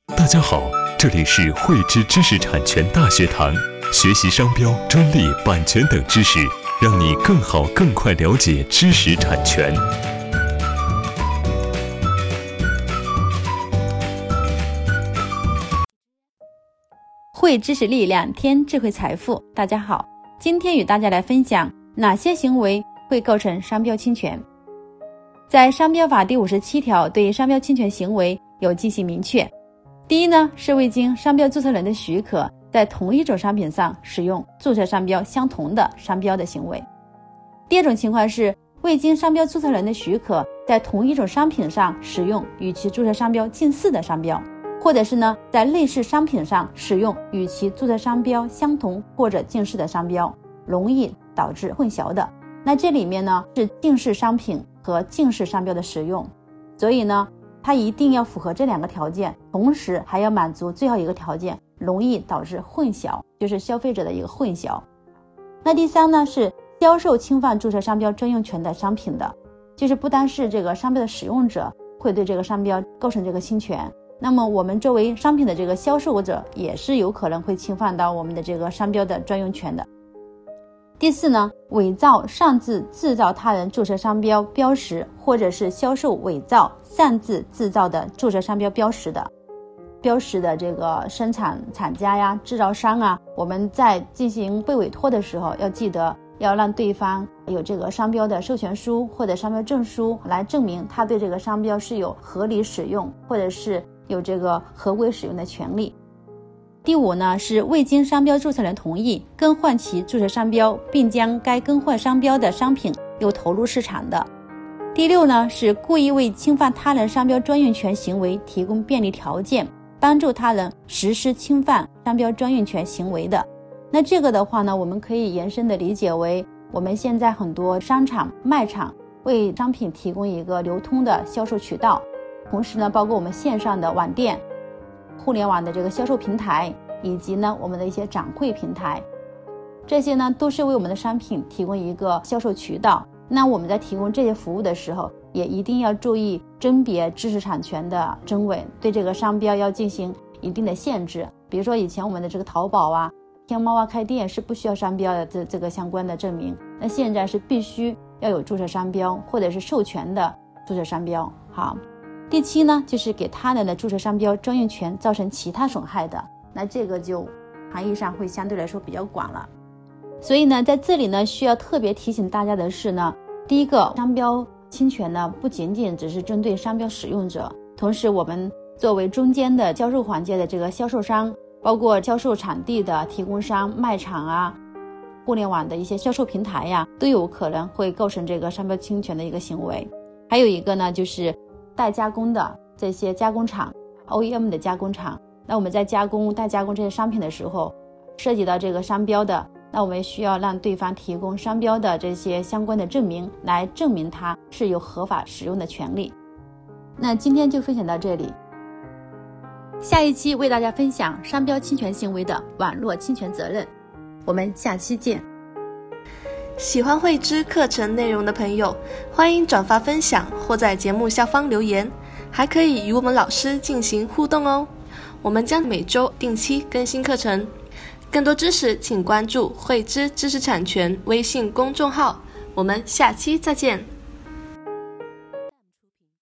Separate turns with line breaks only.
大家好，这里是汇知知识产权大学堂，学习商标、专利、版权等知识，让你更好、更快了解知识产权。
汇知识力量，添智慧财富。大家好，今天与大家来分享哪些行为会构成商标侵权。在商标法第57条对商标侵权行为有进行明确。第一呢，是未经商标注册人的许可，在同一种商品上使用注册商标相同的商标的行为。第二种情况是未经商标注册人的许可，在同一种商品上使用与其注册商标近似的商标，或者是呢，在类似商品上使用与其注册商标相同或者近似的商标，容易导致混淆的。那这里面呢，是近似商品和近似商标的使用，所以呢，它一定要符合这两个条件，同时还要满足最后一个条件，容易导致混淆，就是消费者的一个混淆。那第三呢，是销售侵犯注册商标专用权的商品的，就是不单是这个商标的使用者会对这个商标构成这个侵权，那么我们作为商品的这个销售者也是有可能会侵犯到我们的这个商标的专用权的。第四呢，伪造、擅自制造他人注册商标标识，或者是销售伪造、擅自制造的注册商标标识的这个生产厂家呀、制造商啊，我们在进行被委托的时候，要记得要让对方有这个商标的授权书或者商标证书，来证明他对这个商标是有合理使用，或者是有这个合规使用的权利。第五呢，是未经商标注册人同意更换其注册商标，并将该更换商标的商品又投入市场的。第六呢，是故意为侵犯他人商标专用权行为提供便利条件，帮助他人实施侵犯商标专用权行为的。那这个的话呢，我们可以延伸的理解为，我们现在很多商场、卖场为商品提供一个流通的销售渠道，同时呢，包括我们线上的网店、互联网的这个销售平台，以及呢我们的一些展会平台，这些呢都是为我们的商品提供一个销售渠道。那我们在提供这些服务的时候，也一定要注意甄别知识产权的真伪，对这个商标要进行一定的限制。比如说以前我们的这个淘宝啊、天猫啊开店是不需要商标的这个相关的证明，那现在是必须要有注册商标或者是授权的注册商标。好，第七呢，就是给他人的注册商标专用权造成其他损害的，那这个就含义上会相对来说比较广了。所以呢，在这里呢，需要特别提醒大家的是呢，第一个，商标侵权呢，不仅仅只是针对商标使用者，同时我们作为中间的销售环节的这个销售商，包括销售场地的提供商、卖场啊、互联网的一些销售平台呀，都有可能会构成这个商标侵权的一个行为。还有一个呢，就是代加工的这些加工厂 OEM 的加工厂，那我们在代加工这些商品的时候，涉及到这个商标的，那我们需要让对方提供商标的这些相关的证明，来证明他是有合法使用的权利。那今天就分享到这里，下一期为大家分享商标侵权行为的网络侵权责任，我们下期见。
喜欢汇知课程内容的朋友，欢迎转发分享或在节目下方留言，还可以与我们老师进行互动哦。我们将每周定期更新课程，更多知识请关注汇知知识产权微信公众号。我们下期再见。